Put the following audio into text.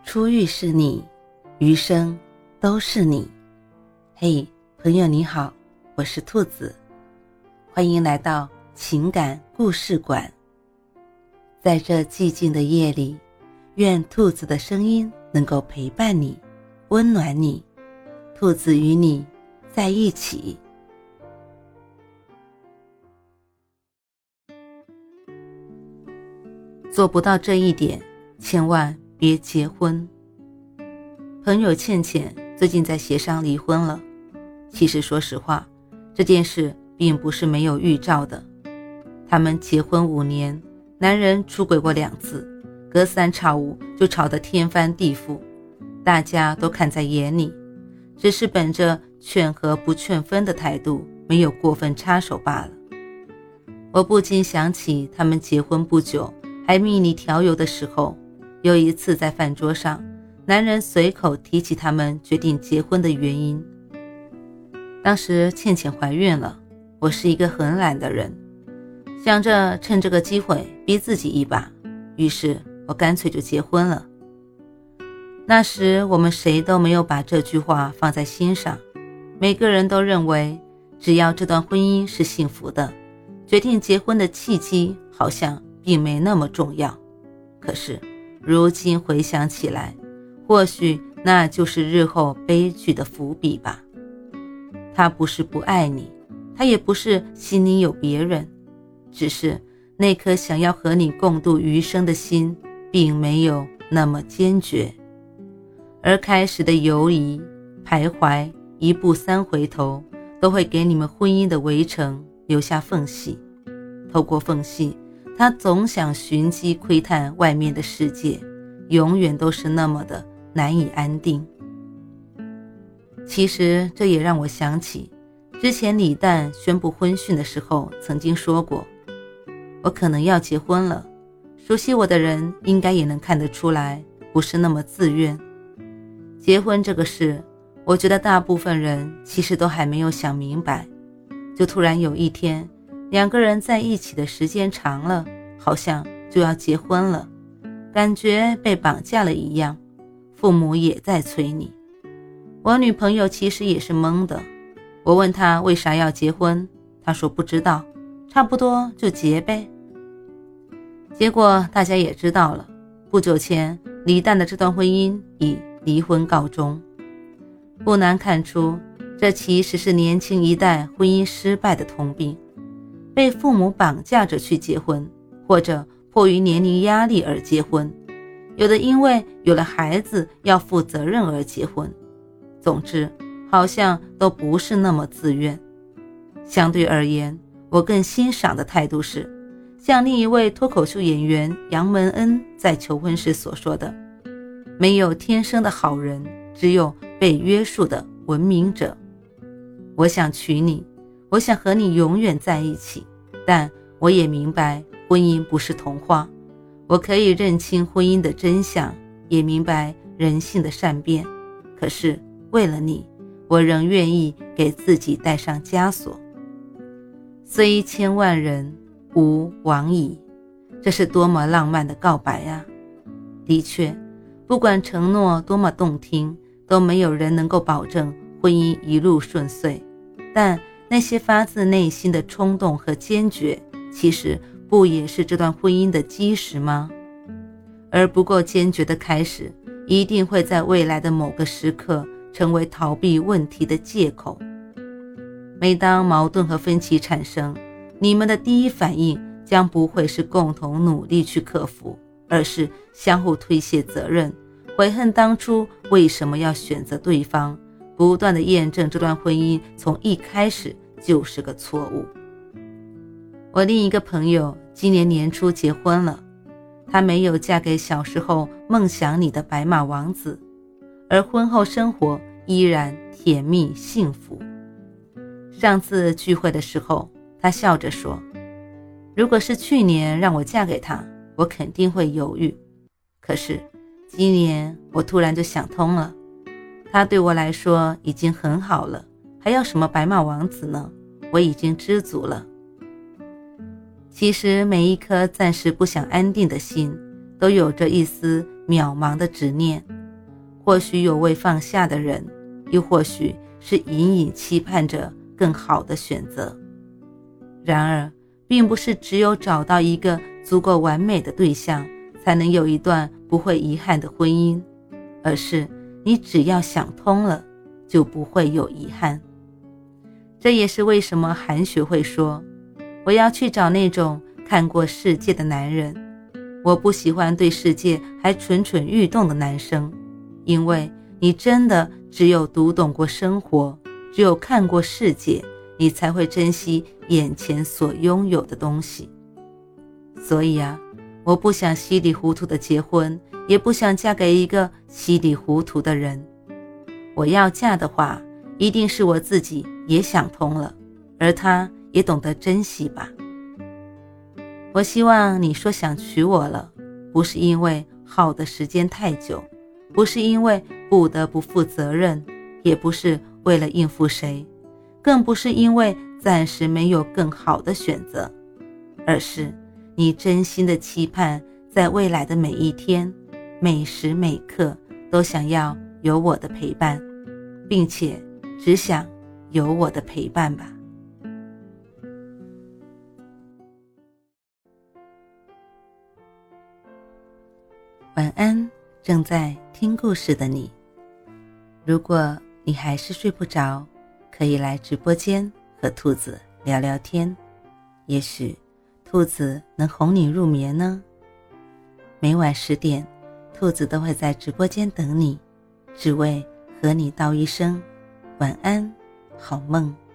初遇是你，余生都是你。嘿，朋友你好，我是兔子，欢迎来到情感故事馆。在这寂静的夜里，愿兔子的声音能够陪伴你，温暖你。兔子与你在一起。做不到这一点，千万别结婚。朋友倩倩最近在协商离婚了。其实说实话，这件事并不是没有预兆的。他们结婚5年，男人出轨过2次，隔3差5就吵得天翻地覆，大家都看在眼里，只是本着劝和不劝分的态度，没有过分插手罢了。我不禁想起他们结婚不久还蜜里调油的时候，有一次在饭桌上，男人随口提起他们决定结婚的原因。当时倩倩怀孕了，我是一个很懒的人，想着趁这个机会逼自己一把，于是我干脆就结婚了。那时我们谁都没有把这句话放在心上，每个人都认为只要这段婚姻是幸福的，决定结婚的契机好像并没那么重要。可是如今回想起来，或许那就是日后悲剧的伏笔吧。他不是不爱你，他也不是心里有别人，只是那颗想要和你共度余生的心并没有那么坚决。而开始的犹疑、徘徊、一步3回头，都会给你们婚姻的围城留下缝隙。透过缝隙，他总想寻机窥探外面的世界，永远都是那么的难以安定。其实这也让我想起之前李诞宣布婚讯的时候曾经说过，我可能要结婚了，熟悉我的人应该也能看得出来，不是那么自愿。结婚这个事，我觉得大部分人其实都还没有想明白，就突然有一天2个人在一起的时间长了，好像就要结婚了，感觉被绑架了一样，父母也在催你。我女朋友其实也是懵的，我问她为啥要结婚，她说不知道，差不多就结呗。结果大家也知道了，不久前李诞的这段婚姻以离婚告终。不难看出，这其实是年轻一代婚姻失败的通病，被父母绑架着去结婚，或者迫于年龄压力而结婚，有的因为有了孩子要负责任而结婚。总之好像都不是那么自愿。相对而言，我更欣赏的态度是像另一位脱口秀演员杨蒙恩在求婚时所说的，没有天生的好人，只有被约束的文明者。我想娶你，我想和你永远在一起，但我也明白婚姻不是童话，我可以认清婚姻的真相，也明白人性的善变，可是为了你，我仍愿意给自己带上枷锁。虽千万人，吾往矣。这是多么浪漫的告白啊！的确，不管承诺多么动听，都没有人能够保证婚姻一路顺遂，但那些发自内心的冲动和坚决，其实不也是这段婚姻的基石吗？而不够坚决的开始，一定会在未来的某个时刻成为逃避问题的借口。每当矛盾和分歧产生，你们的第一反应将不会是共同努力去克服，而是相互推卸责任，悔恨当初为什么要选择对方，不断地验证这段婚姻从一开始就是个错误。我另一个朋友今年年初结婚了，她没有嫁给小时候梦想里的白马王子，而婚后生活依然甜蜜幸福。上次聚会的时候，她笑着说，如果是去年让我嫁给他，我肯定会犹豫，可是今年我突然就想通了，他对我来说已经很好了，还要什么白马王子呢？我已经知足了。其实每一颗暂时不想安定的心，都有着一丝渺茫的执念， 或许有未放下的人，又或许是隐隐期盼着更好的选择。然而，并不是只有找到一个足够完美的对象，才能有一段不会遗憾的婚姻，而是你只要想通了，就不会有遗憾。这也是为什么韩雪会说，我要去找那种看过世界的男人，我不喜欢对世界还蠢蠢欲动的男生，因为你真的只有读懂过生活，只有看过世界，你才会珍惜眼前所拥有的东西。所以啊，我不想稀里糊涂的结婚，也不想嫁给一个稀里糊涂的人。我要嫁的话，一定是我自己也想通了，而他也懂得珍惜吧。我希望你说想娶我了，不是因为耗的时间太久，不是因为不得不负责任，也不是为了应付谁，更不是因为暂时没有更好的选择，而是你真心的期盼，在未来的每一天，每时每刻都想要有我的陪伴，并且只想有我的陪伴吧。晚安，正在听故事的你。如果你还是睡不着，可以来直播间和兔子聊聊天，也许兔子能哄你入眠呢。每晚10点，兔子都会在直播间等你，只为和你道一声晚安，好梦。